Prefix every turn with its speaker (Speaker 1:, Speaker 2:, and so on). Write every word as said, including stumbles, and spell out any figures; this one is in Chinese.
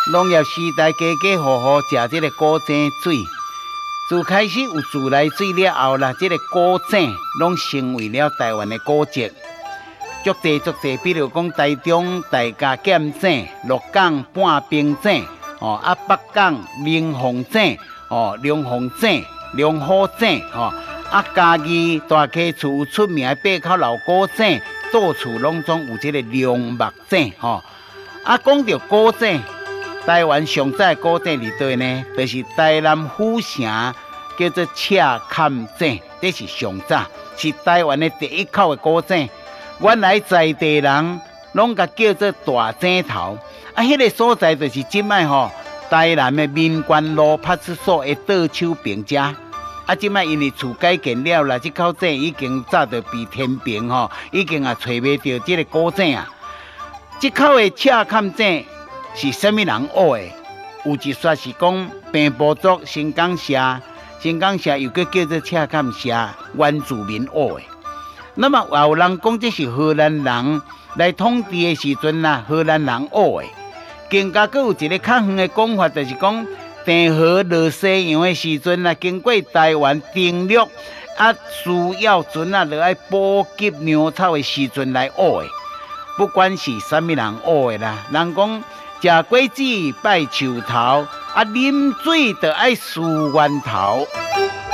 Speaker 1: 农业时代家家户户食这个古井水，自开始有自来水了后啦，这个古井拢成为了台湾的古迹。足济足济，比如讲台中大家减井、鹿港半冰井，哦啊北港灵凤井，哦龙凤井、龙虎井，哦啊嘉义大溪厝有出名的八口老古井，到处拢总有这个龙目井，吼、哦、啊讲到古井。台湾上早的古井伫对呢，就是台南府城叫做赤坎井，这是上早，是台湾的第一口的古井。原来在地人拢甲叫做大井头，啊，迄、那个所在就是即摆吼台南的民权路派出所的倒手边遮。啊，即摆因为厝改建了啦，即口井已经早就被填平吼，已经也找袂到即个古井啊。即口的赤坎井。是什么人挖的？有一说是讲平埔族新港社，新港社又叫叫做赤坎社原住民挖的。那么也有人讲这是荷兰人来统治的时阵啦，荷兰人挖的。更加佫有一个较远的讲法，就是讲郑和落西洋的时阵啦，经过台湾登陆，啊需要船啊，落来补给粮草的时阵来挖的。不管是什么人挖的啦，人讲。食果子拜树头，啊，啉水就爱思源头。